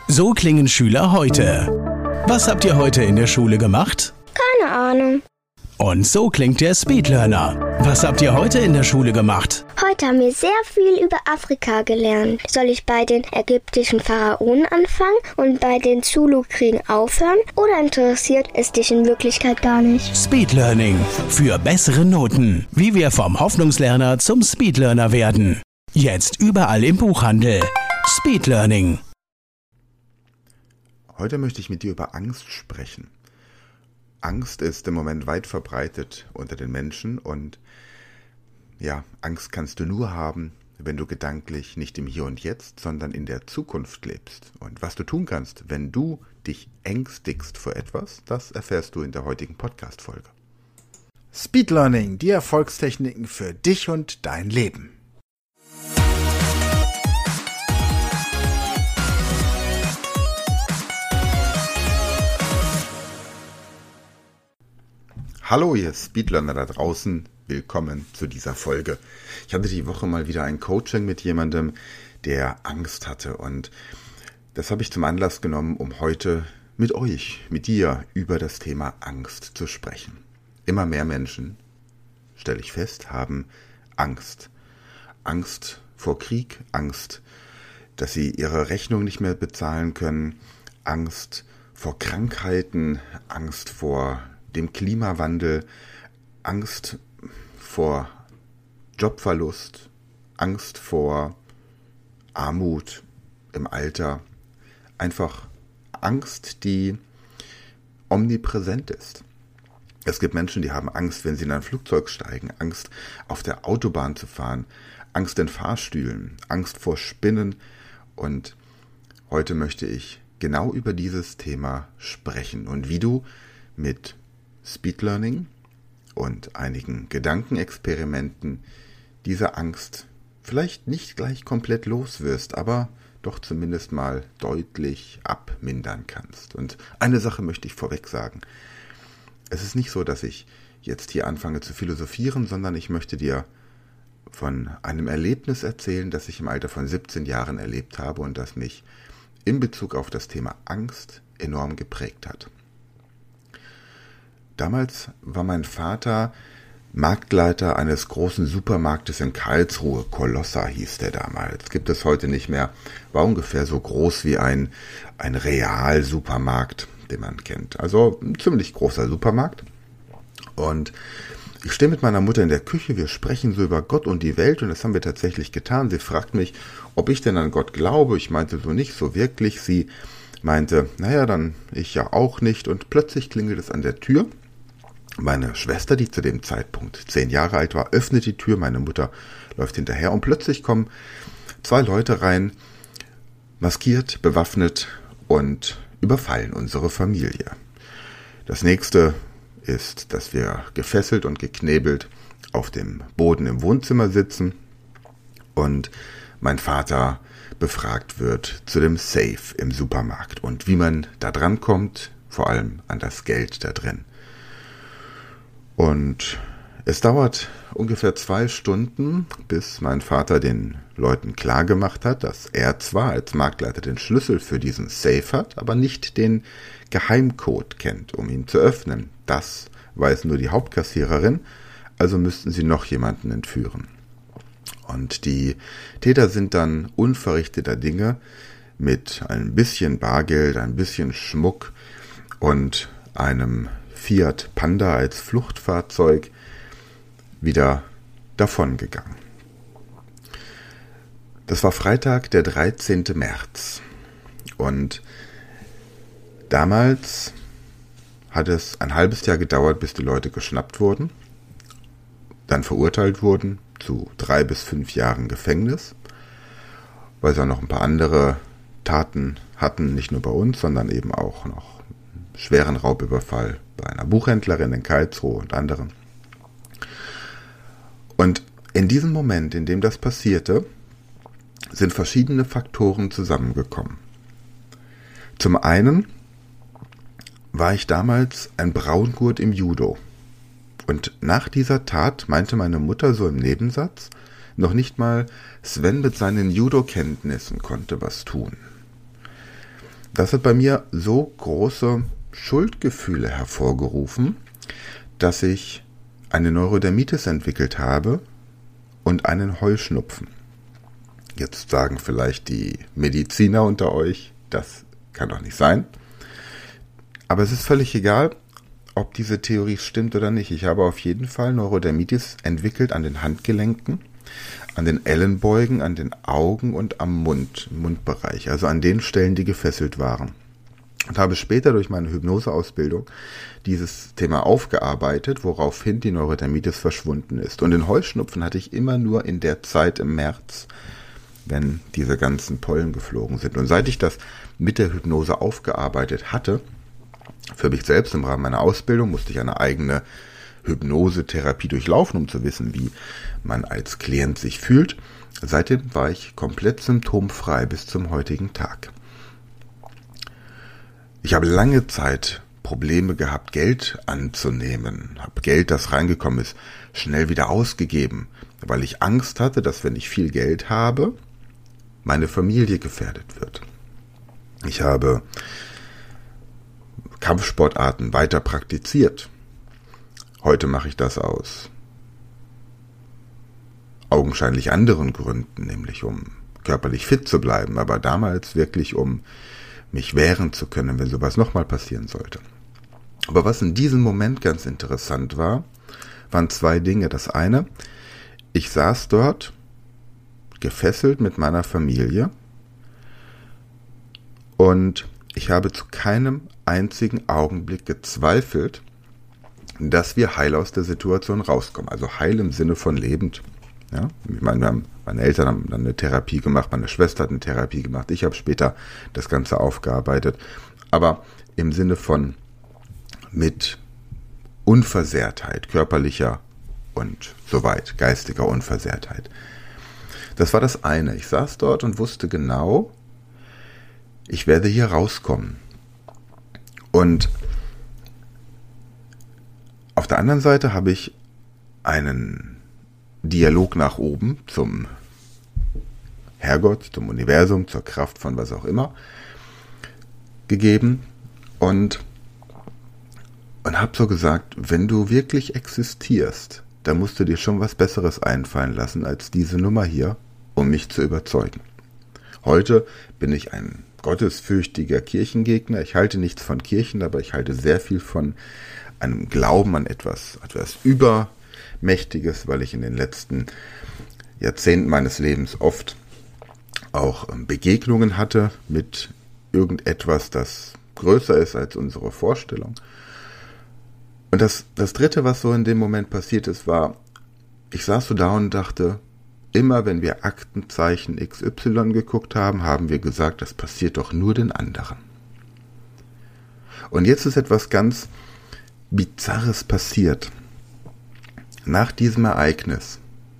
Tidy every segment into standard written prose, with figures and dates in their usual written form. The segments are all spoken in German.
So klingen Schüler heute. Was habt ihr heute in der Schule gemacht? Keine Ahnung. Und so klingt der Speedlearner. Was habt ihr heute in der Schule gemacht? Heute haben wir sehr viel über Afrika gelernt. Soll ich bei den ägyptischen Pharaonen anfangen und bei den Zulu-Kriegen aufhören? Oder interessiert es dich in Wirklichkeit gar nicht? Speedlearning. Für bessere Noten. Wie wir vom Hoffnungslerner zum Speedlearner werden. Jetzt überall im Buchhandel. Speedlearning. Heute möchte ich mit dir über Angst sprechen. Angst ist im Moment weit verbreitet unter den Menschen und ja, Angst kannst du nur haben, wenn du gedanklich nicht im Hier und Jetzt, sondern in der Zukunft lebst. Und was du tun kannst, wenn du dich ängstigst vor etwas, das erfährst du in der heutigen Podcast-Folge. Speedlearning, die Erfolgstechniken für dich und dein Leben. Hallo ihr Speedlearner da draußen, willkommen zu dieser Folge. Ich hatte die Woche mal wieder ein Coaching mit jemandem, der Angst hatte und das habe ich zum Anlass genommen, um heute mit euch, mit dir über das Thema Angst zu sprechen. Immer mehr Menschen, stelle ich fest, haben Angst. Angst vor Krieg, Angst, dass sie ihre Rechnung nicht mehr bezahlen können, Angst vor Krankheiten, Angst vor dem Klimawandel, Angst vor Jobverlust, Angst vor Armut im Alter, einfach Angst, die omnipräsent ist. Es gibt Menschen, die haben Angst, wenn sie in ein Flugzeug steigen, Angst auf der Autobahn zu fahren, Angst in Fahrstühlen, Angst vor Spinnen und heute möchte ich genau über dieses Thema sprechen und wie du mit Speedlearning und einigen Gedankenexperimenten diese Angst vielleicht nicht gleich komplett los wirst, aber doch zumindest mal deutlich abmindern kannst. Und eine Sache möchte ich vorweg sagen. Es ist nicht so, dass ich jetzt hier anfange zu philosophieren, sondern ich möchte dir von einem Erlebnis erzählen, das ich im Alter von 17 Jahren erlebt habe und das mich in Bezug auf das Thema Angst enorm geprägt hat. Damals war mein Vater Marktleiter eines großen Supermarktes in Karlsruhe. Colossa hieß der damals. Gibt es heute nicht mehr. War ungefähr so groß wie ein Real-Supermarkt, den man kennt. Also ein ziemlich großer Supermarkt. Und ich stehe mit meiner Mutter in der Küche. Wir sprechen so über Gott und die Welt und das haben wir tatsächlich getan. Sie fragt mich, ob ich denn an Gott glaube. Ich meinte so nicht so wirklich. Sie meinte, naja, dann ich ja auch nicht. Und plötzlich klingelt es an der Tür. Meine Schwester, die zu dem Zeitpunkt 10 Jahre alt war, öffnet die Tür, meine Mutter läuft hinterher und plötzlich kommen 2 Leute rein, maskiert, bewaffnet und überfallen unsere Familie. Das nächste ist, dass wir gefesselt und geknebelt auf dem Boden im Wohnzimmer sitzen und mein Vater befragt wird zu dem Safe im Supermarkt und wie man da dran kommt, vor allem an das Geld da drin. Und es dauert ungefähr 2 Stunden, bis mein Vater den Leuten klargemacht hat, dass er zwar als Marktleiter den Schlüssel für diesen Safe hat, aber nicht den Geheimcode kennt, um ihn zu öffnen. Das weiß nur die Hauptkassiererin, also müssten sie noch jemanden entführen. Und die Täter sind dann unverrichteter Dinge mit ein bisschen Bargeld, ein bisschen Schmuck und einem Fiat Panda als Fluchtfahrzeug wieder davongegangen. Das war Freitag, der 13. März. Und damals hat es ein halbes Jahr gedauert, bis die Leute geschnappt wurden, dann verurteilt wurden zu 3 bis 5 Jahren Gefängnis, weil sie auch noch ein paar andere Taten hatten, nicht nur bei uns, sondern eben auch noch schweren Raubüberfall bei einer Buchhändlerin in Karlsruhe und anderen. Und in diesem Moment, in dem das passierte, sind verschiedene Faktoren zusammengekommen. Zum einen war ich damals ein Braungurt im Judo. Und nach dieser Tat meinte meine Mutter so im Nebensatz, noch nicht mal Sven mit seinen Judo-Kenntnissen konnte was tun. das hat bei mir so große Schuldgefühle hervorgerufen, dass ich eine Neurodermitis entwickelt habe und einen Heuschnupfen. Jetzt sagen vielleicht die Mediziner unter euch, das kann doch nicht sein. Aber es ist völlig egal, ob diese Theorie stimmt oder nicht. Ich habe auf jeden Fall Neurodermitis entwickelt an den Handgelenken, an den Ellenbeugen, an den Augen und am Mundbereich, also an den Stellen, die gefesselt waren. Und habe später durch meine Hypnoseausbildung dieses Thema aufgearbeitet, woraufhin die Neurodermitis verschwunden ist. Und den Heuschnupfen hatte ich immer nur in der Zeit im März, wenn diese ganzen Pollen geflogen sind. Und seit ich das mit der Hypnose aufgearbeitet hatte, für mich selbst im Rahmen meiner Ausbildung musste ich eine eigene Hypnosetherapie durchlaufen, um zu wissen, wie man als Klient sich fühlt. Seitdem war ich komplett symptomfrei bis zum heutigen Tag. Ich habe lange Zeit Probleme gehabt, Geld anzunehmen, habe Geld, das reingekommen ist, schnell wieder ausgegeben, weil ich Angst hatte, dass wenn ich viel Geld habe, meine Familie gefährdet wird. Ich habe Kampfsportarten weiter praktiziert. Heute mache ich das aus augenscheinlich anderen Gründen, nämlich um körperlich fit zu bleiben, aber damals wirklich um mich wehren zu können, wenn sowas nochmal passieren sollte. Aber was in diesem Moment ganz interessant war, waren zwei Dinge. Das eine, ich saß dort gefesselt mit meiner Familie und ich habe zu keinem einzigen Augenblick gezweifelt, dass wir heil aus der Situation rauskommen. Also heil im Sinne von lebend. Ja? Ich meine, meine Eltern haben dann eine Therapie gemacht, meine Schwester hat eine Therapie gemacht, ich habe später das Ganze aufgearbeitet. Aber im Sinne von mit Unversehrtheit, körperlicher und soweit, geistiger Unversehrtheit. Das war das eine. Ich saß dort und wusste genau, ich werde hier rauskommen. Und auf der anderen Seite habe ich einen Dialog nach oben zum Herrgott, zum Universum, zur Kraft von was auch immer gegeben und habe so gesagt, wenn du wirklich existierst, dann musst du dir schon was Besseres einfallen lassen als diese Nummer hier, um mich zu überzeugen. Heute bin ich ein gottesfürchtiger Kirchengegner. Ich halte nichts von Kirchen, aber ich halte sehr viel von einem Glauben an etwas Übermächtiges, weil ich in den letzten Jahrzehnten meines Lebens oft auch Begegnungen hatte mit irgendetwas, das größer ist als unsere Vorstellung. Und das Dritte, was so in dem Moment passiert ist, war, ich saß so da und dachte, immer wenn wir Aktenzeichen XY geguckt haben, haben wir gesagt, das passiert doch nur den anderen. Und jetzt ist etwas ganz Bizarres passiert. Nach diesem Ereignis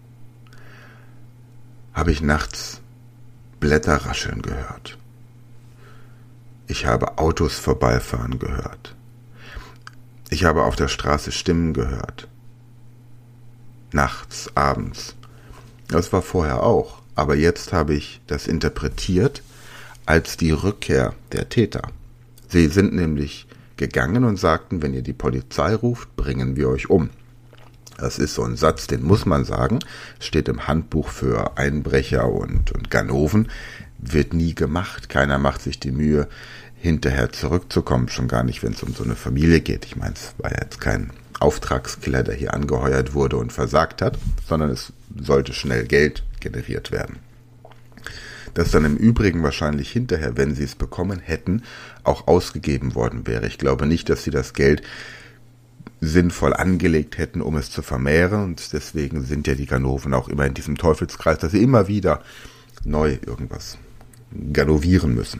habe ich nachts Blätter rascheln gehört. Ich habe Autos vorbeifahren gehört. Ich habe auf der Straße Stimmen gehört. Nachts, abends. Das war vorher auch. Aber jetzt habe ich das interpretiert als die Rückkehr der Täter. Sie sind nämlich gegangen und sagten, wenn ihr die Polizei ruft, bringen wir euch um. Das ist so ein Satz, den muss man sagen, steht im Handbuch für Einbrecher und Ganoven, wird nie gemacht. Keiner macht sich die Mühe, hinterher zurückzukommen, schon gar nicht, wenn es um so eine Familie geht. Ich meine, es war ja jetzt kein Auftragskiller, der hier angeheuert wurde und versagt hat, sondern es sollte schnell Geld generiert werden. Das dann im Übrigen wahrscheinlich hinterher, wenn sie es bekommen hätten, auch ausgegeben worden wäre. Ich glaube nicht, dass sie das Geld sinnvoll angelegt hätten, um es zu vermehren, und deswegen sind ja die Ganoven auch immer in diesem Teufelskreis, dass sie immer wieder neu irgendwas ganovieren müssen.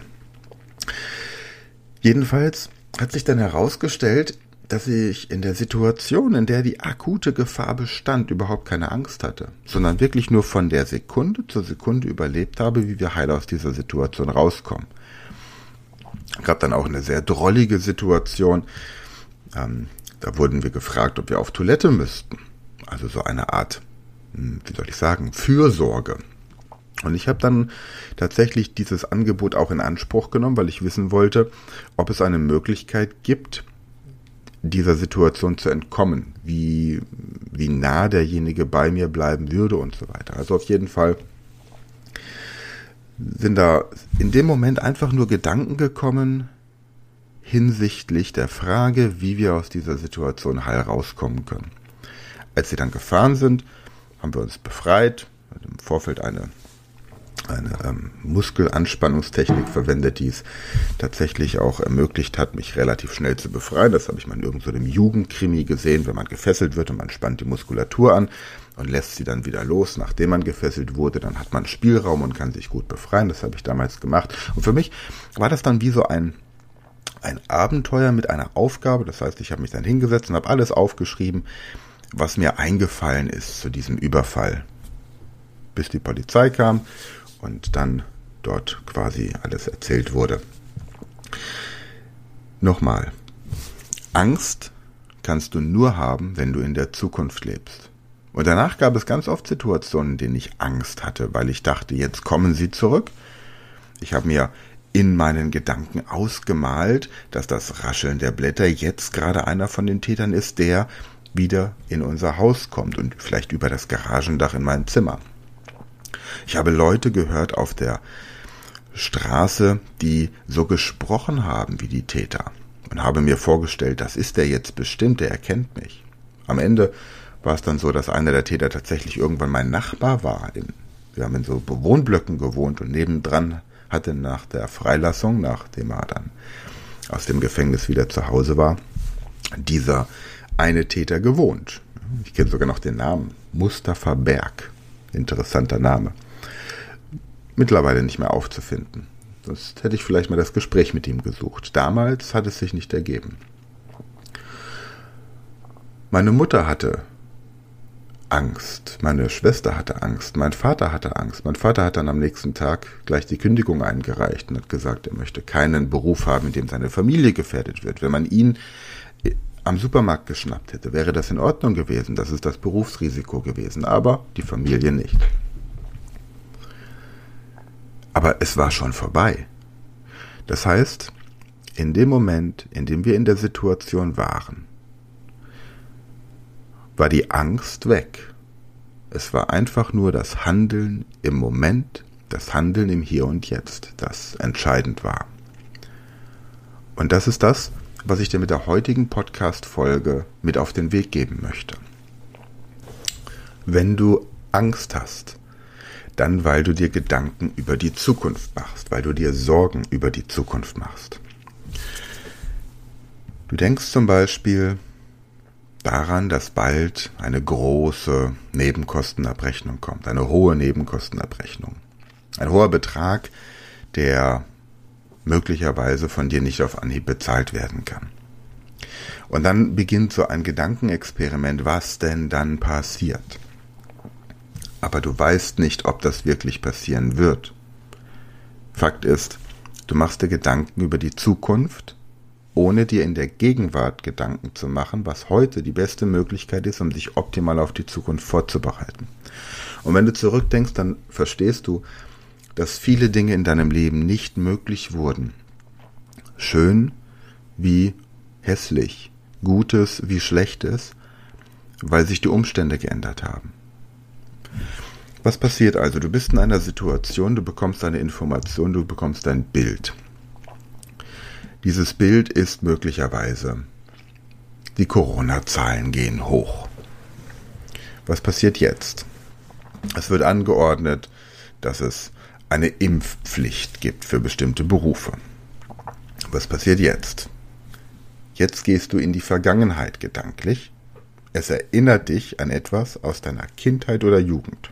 Jedenfalls hat sich dann herausgestellt, dass ich in der Situation, in der die akute Gefahr bestand, überhaupt keine Angst hatte, sondern wirklich nur von der Sekunde zur Sekunde überlebt habe, wie wir heil aus dieser Situation rauskommen. Es gab dann auch eine sehr drollige Situation. Da wurden wir gefragt, ob wir auf Toilette müssten. Also so eine Art, wie soll ich sagen, Fürsorge. Und ich habe dann tatsächlich dieses Angebot auch in Anspruch genommen, weil ich wissen wollte, ob es eine Möglichkeit gibt, dieser Situation zu entkommen, wie nah derjenige bei mir bleiben würde und so weiter. Also auf jeden Fall sind da in dem Moment einfach nur Gedanken gekommen hinsichtlich der Frage, wie wir aus dieser Situation heil rauskommen können. Als sie dann gefahren sind, haben wir uns befreit, im Vorfeld eine Muskelanspannungstechnik verwendet, die es tatsächlich auch ermöglicht hat, mich relativ schnell zu befreien. Das habe ich mal in irgendeinem Jugendkrimi gesehen, wenn man gefesselt wird und man spannt die Muskulatur an und lässt sie dann wieder los. Nachdem man gefesselt wurde, dann hat man Spielraum und kann sich gut befreien. Das habe ich damals gemacht. Und für mich war das dann wie so ein Abenteuer mit einer Aufgabe. Das heißt, ich habe mich dann hingesetzt und habe alles aufgeschrieben, was mir eingefallen ist zu diesem Überfall, bis die Polizei kam und dann dort quasi alles erzählt wurde. Nochmal, Angst kannst du nur haben, wenn du in der Zukunft lebst. Und danach gab es ganz oft Situationen, in denen ich Angst hatte, weil ich dachte, jetzt kommen sie zurück. Ich habe mir in meinen Gedanken ausgemalt, dass das Rascheln der Blätter jetzt gerade einer von den Tätern ist, der wieder in unser Haus kommt und vielleicht über das Garagendach in mein Zimmer. Ich habe Leute gehört auf der Straße, die so gesprochen haben wie die Täter und habe mir vorgestellt, das ist der jetzt bestimmt, der erkennt mich. Am Ende war es dann so, dass einer der Täter tatsächlich irgendwann mein Nachbar war. Wir haben in so Wohnblöcken gewohnt und nebendran hatte nach der Freilassung, nachdem er dann aus dem Gefängnis wieder zu Hause war, dieser eine Täter gewohnt. Ich kenne sogar noch den Namen, Mustafa Berg. Interessanter Name. Mittlerweile nicht mehr aufzufinden. Sonst hätte ich vielleicht mal das Gespräch mit ihm gesucht. Damals hat es sich nicht ergeben. Meine Mutter hatte Angst, meine Schwester hatte Angst, mein Vater hatte Angst. Mein Vater hat dann am nächsten Tag gleich die Kündigung eingereicht und hat gesagt, er möchte keinen Beruf haben, in dem seine Familie gefährdet wird. Wenn man ihn am Supermarkt geschnappt hätte, wäre das in Ordnung gewesen. Das ist das Berufsrisiko gewesen, aber die Familie nicht. Aber es war schon vorbei. Das heißt, in dem Moment, in dem wir in der Situation waren, war die Angst weg. Es war einfach nur das Handeln im Moment, das Handeln im Hier und Jetzt, das entscheidend war. Und das ist das, was ich dir mit der heutigen Podcast-Folge mit auf den Weg geben möchte. Wenn du Angst hast, dann weil du dir Gedanken über die Zukunft machst, weil du dir Sorgen über die Zukunft machst. Du denkst zum Beispiel daran, dass bald eine große Nebenkostenabrechnung kommt, eine hohe Nebenkostenabrechnung. Ein hoher Betrag, der möglicherweise von dir nicht auf Anhieb bezahlt werden kann. Und dann beginnt so ein Gedankenexperiment, was denn dann passiert. Aber du weißt nicht, ob das wirklich passieren wird. Fakt ist, du machst dir Gedanken über die Zukunft, ohne dir in der Gegenwart Gedanken zu machen, was heute die beste Möglichkeit ist, um dich optimal auf die Zukunft vorzubereiten. Und wenn du zurückdenkst, dann verstehst du, dass viele Dinge in deinem Leben nicht möglich wurden. Schön wie hässlich, Gutes wie Schlechtes, weil sich die Umstände geändert haben. Was passiert also? Du bist in einer Situation, du bekommst eine Information, du bekommst ein Bild. Dieses Bild ist möglicherweise, die Corona-Zahlen gehen hoch. Was passiert jetzt? Es wird angeordnet, dass es eine Impfpflicht gibt für bestimmte Berufe. Was passiert jetzt? Jetzt gehst du in die Vergangenheit gedanklich. Es erinnert dich an etwas aus deiner Kindheit oder Jugend.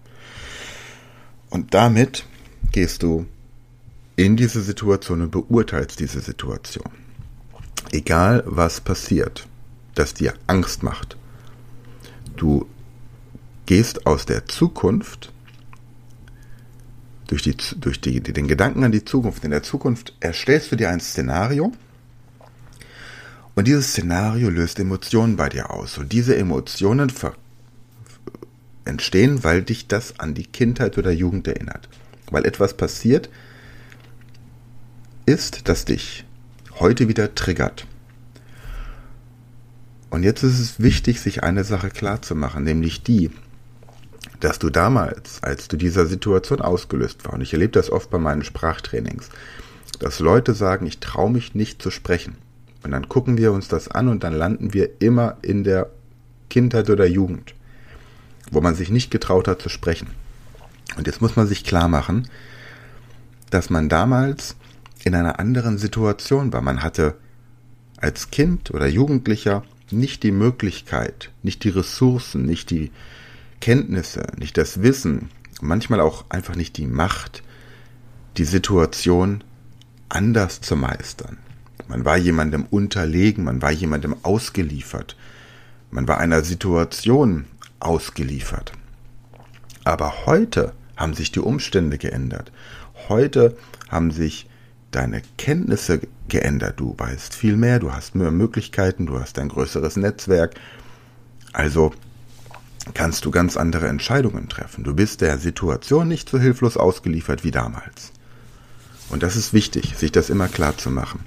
Und damit gehst du in diese Situation und beurteilst diese Situation. Egal was passiert, das dir Angst macht. Du gehst aus der Zukunft durch den Gedanken an die Zukunft. In der Zukunft erstellst du dir ein Szenario und dieses Szenario löst Emotionen bei dir aus. Und diese Emotionen entstehen, weil dich das an die Kindheit oder Jugend erinnert. Weil etwas passiert ist, das dich heute wieder triggert. Und jetzt ist es wichtig, sich eine Sache klarzumachen, nämlich die, dass du damals, als du dieser Situation ausgelöst war, und ich erlebe das oft bei meinen Sprachtrainings, dass Leute sagen, ich traue mich nicht zu sprechen. Und dann gucken wir uns das an und dann landen wir immer in der Kindheit oder Jugend, wo man sich nicht getraut hat zu sprechen. Und jetzt muss man sich klar machen, dass man damals in einer anderen Situation war. Man hatte als Kind oder Jugendlicher nicht die Möglichkeit, nicht die Ressourcen, nicht die Kenntnisse, nicht das Wissen, manchmal auch einfach nicht die Macht, die Situation anders zu meistern. Man war jemandem unterlegen, man war jemandem ausgeliefert, man war einer Situation ausgeliefert. Aber heute haben sich die Umstände geändert. Heute haben sich deine Kenntnisse geändert. Du weißt viel mehr, du hast mehr Möglichkeiten, du hast ein größeres Netzwerk. Also kannst du ganz andere Entscheidungen treffen. Du bist der Situation nicht so hilflos ausgeliefert wie damals. Und das ist wichtig, sich das immer klar zu machen.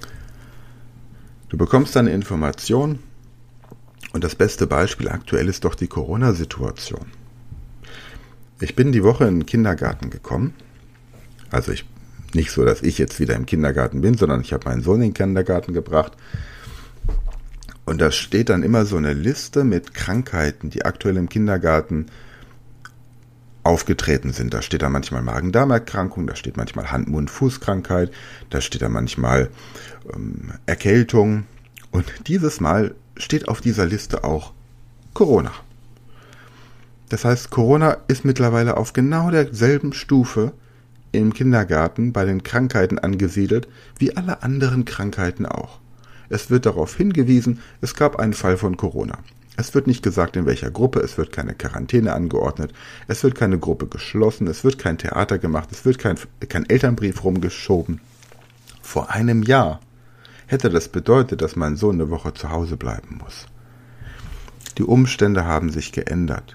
Du bekommst eine Information und das beste Beispiel aktuell ist doch die Corona-Situation. Ich bin die Woche in den Kindergarten gekommen. Also nicht so, dass ich jetzt wieder im Kindergarten bin, sondern ich habe meinen Sohn in den Kindergarten gebracht. Und da steht dann immer so eine Liste mit Krankheiten, die aktuell im Kindergarten aufgetreten sind. Da steht da manchmal Magen-Darm-Erkrankung, da steht manchmal Hand-Mund-Fuß-Krankheit, da steht da manchmal Erkältung. Und dieses Mal steht auf dieser Liste auch Corona. Das heißt, Corona ist mittlerweile auf genau derselben Stufe im Kindergarten bei den Krankheiten angesiedelt, wie alle anderen Krankheiten auch. Es wird darauf hingewiesen, es gab einen Fall von Corona. Es wird nicht gesagt, in welcher Gruppe, es wird keine Quarantäne angeordnet, es wird keine Gruppe geschlossen, es wird kein Theater gemacht, es wird kein Elternbrief rumgeschoben. Vor einem Jahr hätte das bedeutet, dass mein Sohn eine Woche zu Hause bleiben muss. Die Umstände haben sich geändert.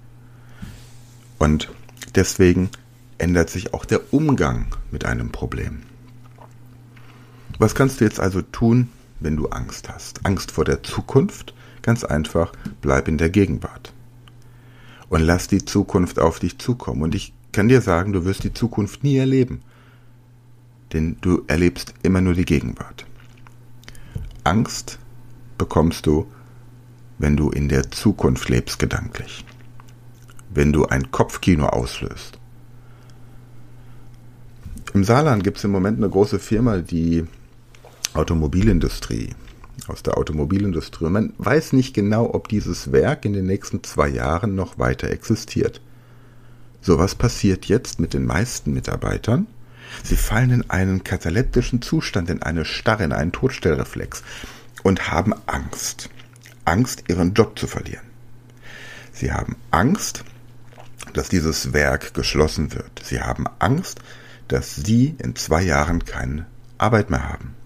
Und deswegen ändert sich auch der Umgang mit einem Problem. Was kannst du jetzt also tun, wenn du Angst hast? Angst vor der Zukunft? Ganz einfach, bleib in der Gegenwart. Und lass die Zukunft auf dich zukommen. Und ich kann dir sagen, du wirst die Zukunft nie erleben. Denn du erlebst immer nur die Gegenwart. Angst bekommst du, wenn du in der Zukunft lebst gedanklich. Wenn du ein Kopfkino auslöst. Im Saarland gibt es im Moment eine große Firma, die Automobilindustrie, aus der Automobilindustrie. Und man weiß nicht genau, ob dieses Werk in den nächsten 2 Jahren noch weiter existiert. So, was passiert jetzt mit den meisten Mitarbeitern? Sie fallen in einen kataleptischen Zustand, in eine Starre, in einen Todstellreflex und haben Angst. Angst, ihren Job zu verlieren. Sie haben Angst, dass dieses Werk geschlossen wird. Sie haben Angst, dass sie in 2 Jahren keine Arbeit mehr haben.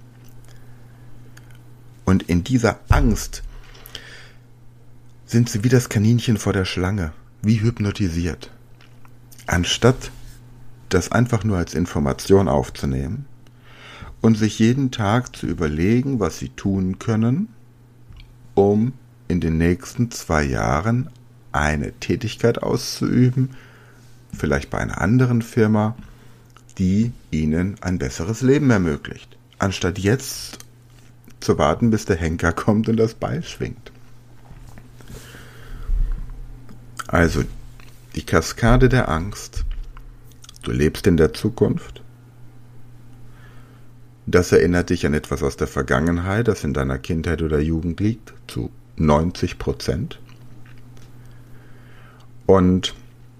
Und in dieser Angst sind sie wie das Kaninchen vor der Schlange, wie hypnotisiert. Anstatt das einfach nur als Information aufzunehmen und sich jeden Tag zu überlegen, was sie tun können, um in den nächsten 2 Jahren eine Tätigkeit auszuüben, vielleicht bei einer anderen Firma, die ihnen ein besseres Leben ermöglicht, anstatt jetzt zu warten, bis der Henker kommt und das Beil schwingt. Also die Kaskade der Angst. Du lebst in der Zukunft. Das erinnert dich an etwas aus der Vergangenheit, das in deiner Kindheit oder Jugend liegt, zu 90%. Und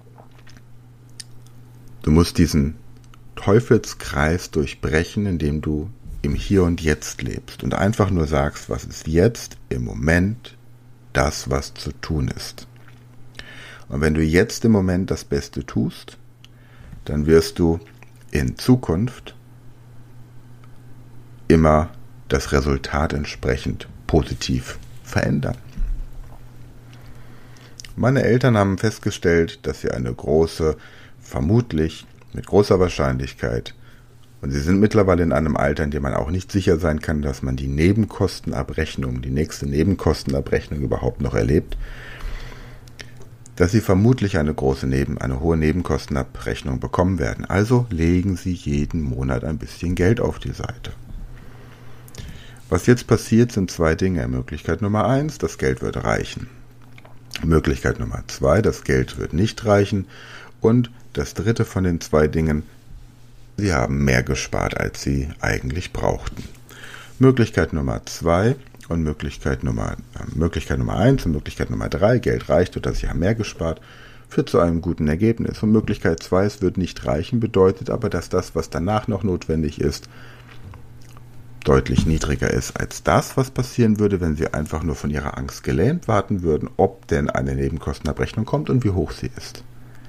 du musst diesen Teufelskreis durchbrechen, indem du im Hier und Jetzt lebst und einfach nur sagst, was ist jetzt im Moment das, was zu tun ist. Und wenn du jetzt im Moment das Beste tust, dann wirst du in Zukunft immer das Resultat entsprechend positiv verändern. Meine Eltern haben festgestellt, dass sie vermutlich mit großer Wahrscheinlichkeit, und sie sind mittlerweile in einem Alter, in dem man auch nicht sicher sein kann, dass man die nächste Nebenkostenabrechnung überhaupt noch erlebt, dass sie vermutlich eine hohe Nebenkostenabrechnung bekommen werden. Also legen sie jeden Monat ein bisschen Geld auf die Seite. Was jetzt passiert, sind 2 Dinge. Möglichkeit Nummer 1, das Geld wird reichen. Möglichkeit Nummer 2, das Geld wird nicht reichen. Und das dritte von den 2 Dingen, sie haben mehr gespart, als sie eigentlich brauchten. Möglichkeit Nummer 2 und Möglichkeit Nummer 1 und Möglichkeit Nummer 3, Geld reicht oder sie haben mehr gespart, führt zu einem guten Ergebnis. Und Möglichkeit 2, es wird nicht reichen, bedeutet aber, dass das, was danach noch notwendig ist, deutlich niedriger ist als das, was passieren würde, wenn sie einfach nur von ihrer Angst gelähmt warten würden, ob denn eine Nebenkostenabrechnung kommt und wie hoch sie ist.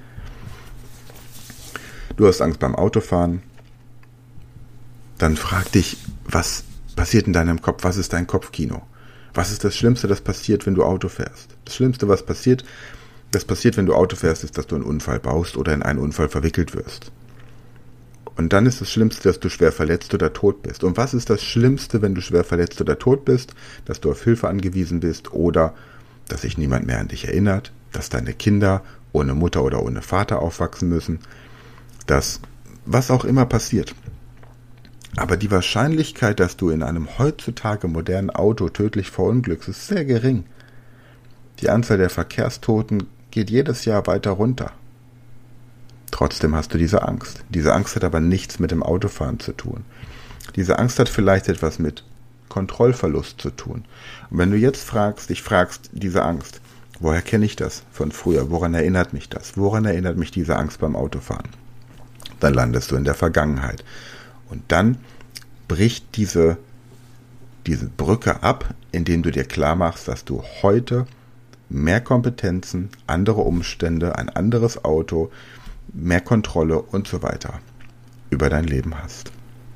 Du hast Angst beim Autofahren, dann frag dich, was passiert in deinem Kopf? Was ist dein Kopfkino? Was ist das Schlimmste, das passiert, wenn du Auto fährst? Das Schlimmste, das passiert, wenn du Auto fährst, ist, dass du einen Unfall baust oder in einen Unfall verwickelt wirst. Und dann ist das Schlimmste, dass du schwer verletzt oder tot bist. Und was ist das Schlimmste, wenn du schwer verletzt oder tot bist? Dass du auf Hilfe angewiesen bist oder dass sich niemand mehr an dich erinnert, dass deine Kinder ohne Mutter oder ohne Vater aufwachsen müssen, dass was auch immer passiert. Aber die Wahrscheinlichkeit, dass du in einem heutzutage modernen Auto tödlich verunglückst, ist sehr gering. Die Anzahl der Verkehrstoten geht jedes Jahr weiter runter. Trotzdem hast du diese Angst. Diese Angst hat aber nichts mit dem Autofahren zu tun. Diese Angst hat vielleicht etwas mit Kontrollverlust zu tun. Und wenn du jetzt dich fragst, diese Angst, woher kenne ich das von früher? Woran erinnert mich das? Woran erinnert mich diese Angst beim Autofahren? Dann landest du in der Vergangenheit. Und dann bricht diese Brücke ab, indem du dir klar machst, dass du heute mehr Kompetenzen, andere Umstände, ein anderes Auto, mehr Kontrolle und so weiter über dein Leben hast.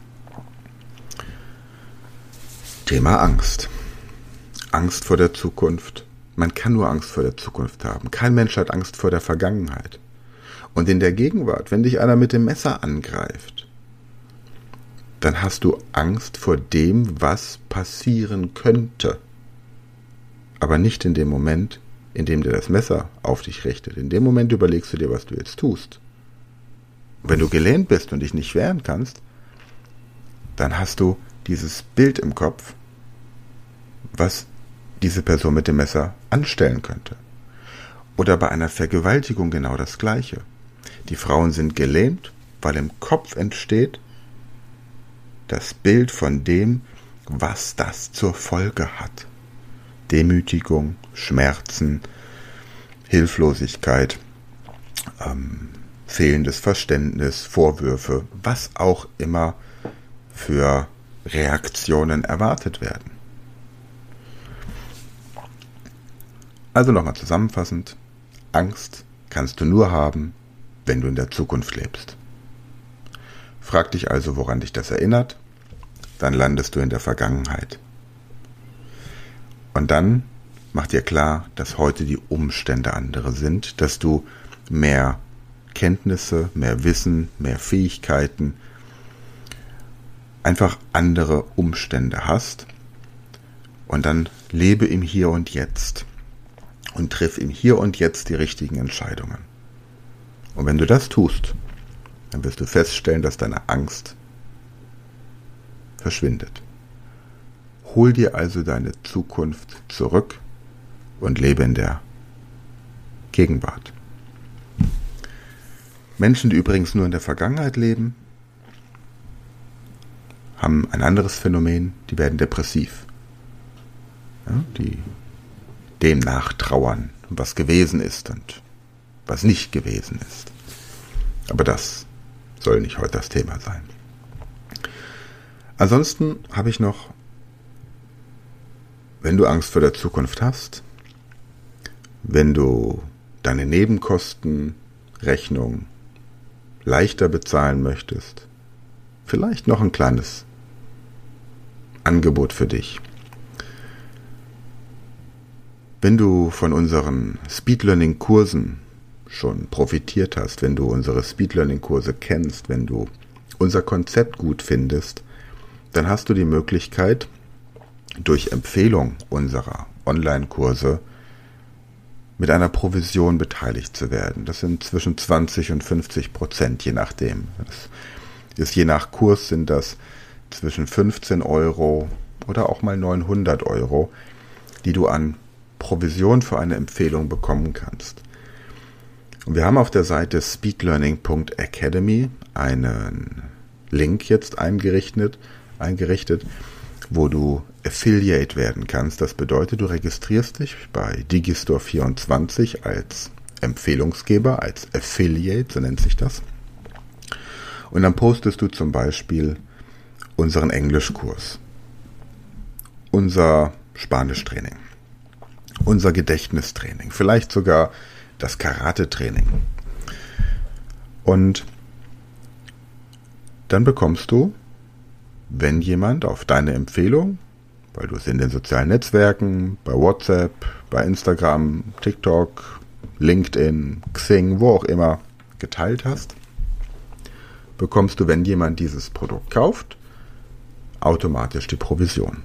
Thema Angst. Angst vor der Zukunft. Man kann nur Angst vor der Zukunft haben. Kein Mensch hat Angst vor der Vergangenheit. Und in der Gegenwart, wenn dich einer mit dem Messer angreift, dann hast du Angst vor dem, was passieren könnte. Aber nicht in dem Moment, in dem dir das Messer auf dich richtet. In dem Moment überlegst du dir, was du jetzt tust. Und wenn du gelähmt bist und dich nicht wehren kannst, dann hast du dieses Bild im Kopf, was diese Person mit dem Messer anstellen könnte. Oder bei einer Vergewaltigung genau das Gleiche. Die Frauen sind gelähmt, weil im Kopf entsteht das Bild von dem, was das zur Folge hat. Demütigung, Schmerzen, Hilflosigkeit, fehlendes Verständnis, Vorwürfe, was auch immer für Reaktionen erwartet werden. Also nochmal zusammenfassend, Angst kannst du nur haben, wenn du in der Zukunft lebst. Frag dich also, woran dich das erinnert, dann landest du in der Vergangenheit. Und dann mach dir klar, dass heute die Umstände andere sind, dass du mehr Kenntnisse, mehr Wissen, mehr Fähigkeiten, einfach andere Umstände hast. Und dann lebe im Hier und Jetzt und triff im Hier und Jetzt die richtigen Entscheidungen. Und wenn du das tust, dann wirst du feststellen, dass deine Angst verschwindet. Hol dir also deine Zukunft zurück und lebe in der Gegenwart. Menschen, die übrigens nur in der Vergangenheit leben, haben ein anderes Phänomen, die werden depressiv. Ja, die dem nachtrauern, was gewesen ist und was nicht gewesen ist. Aber das soll nicht heute das Thema sein. Ansonsten habe ich noch, wenn du Angst vor der Zukunft hast, wenn du deine Nebenkostenrechnung leichter bezahlen möchtest, vielleicht noch ein kleines Angebot für dich. Wenn du von unseren Speed Learning Kursen schon profitiert hast, wenn du unsere Speed Learning Kurse kennst, wenn du unser Konzept gut findest, dann hast du die Möglichkeit, durch Empfehlung unserer Online-Kurse mit einer Provision beteiligt zu werden. Das sind zwischen 20 und 50%, je nachdem. Das ist, je nach Kurs sind das zwischen 15 € oder auch mal 900 €, die du an Provision für eine Empfehlung bekommen kannst. Und wir haben auf der Seite speedlearning.academy einen Link jetzt eingerichtet, wo du Affiliate werden kannst. Das bedeutet, du registrierst dich bei Digistore24 als Empfehlungsgeber, als Affiliate, so nennt sich das. Und dann postest du zum Beispiel unseren Englischkurs, unser Spanischtraining, unser Gedächtnistraining, vielleicht sogar das Karate-Training. Und dann bekommst du, wenn jemand auf deine Empfehlung, weil du es in den sozialen Netzwerken, bei WhatsApp, bei Instagram, TikTok, LinkedIn, Xing, wo auch immer geteilt hast, bekommst du, wenn jemand dieses Produkt kauft, automatisch die Provision.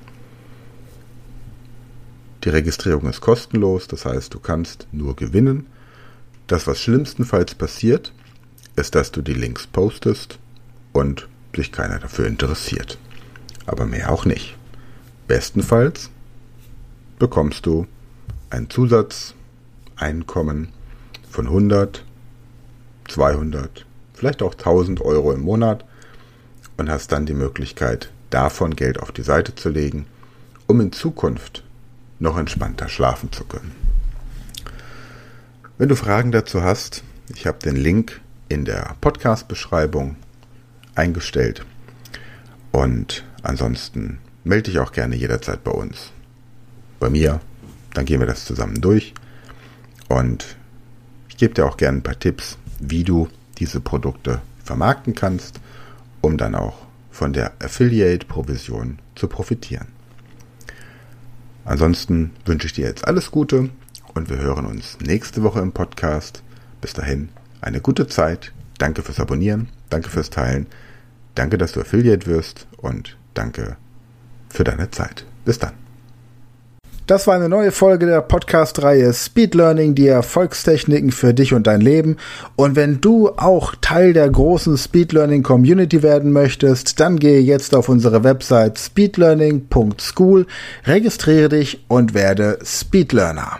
Die Registrierung ist kostenlos, das heißt, du kannst nur gewinnen. Das, was schlimmstenfalls passiert, ist, dass du die Links postest und sich keiner dafür interessiert. Aber mehr auch nicht. Bestenfalls bekommst du ein Zusatzeinkommen von 100, 200, vielleicht auch 1000 € im Monat und hast dann die Möglichkeit, davon Geld auf die Seite zu legen, um in Zukunft noch entspannter schlafen zu können. Wenn du Fragen dazu hast, ich habe den Link in der Podcast-Beschreibung eingestellt und ansonsten melde dich auch gerne jederzeit bei uns. Bei mir, dann gehen wir das zusammen durch und ich gebe dir auch gerne ein paar Tipps, wie du diese Produkte vermarkten kannst, um dann auch von der Affiliate-Provision zu profitieren. Ansonsten wünsche ich dir jetzt alles Gute und wir hören uns nächste Woche im Podcast. Bis dahin, eine gute Zeit. Danke fürs Abonnieren, danke fürs Teilen, danke, dass du Affiliate wirst und danke für deine Zeit. Bis dann. Das war eine neue Folge der Podcast-Reihe Speed Learning, die Erfolgstechniken für dich und dein Leben. Und wenn du auch Teil der großen Speed Learning Community werden möchtest, dann gehe jetzt auf unsere Website speedlearning.school, registriere dich und werde Speed Learner.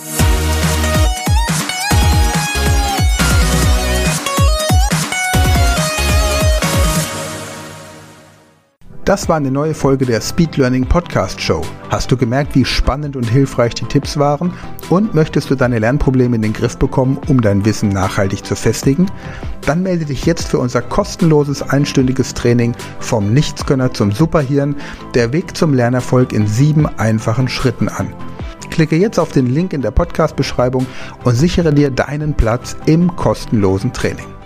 Das war eine neue Folge der Speed Learning Podcast Show. Hast du gemerkt, wie spannend und hilfreich die Tipps waren? Und möchtest du deine Lernprobleme in den Griff bekommen, um dein Wissen nachhaltig zu festigen? Dann melde dich jetzt für unser kostenloses einstündiges Training vom Nichtskönner zum Superhirn, der Weg zum Lernerfolg in 7 einfachen Schritten an. Klicke jetzt auf den Link in der Podcast-Beschreibung und sichere dir deinen Platz im kostenlosen Training.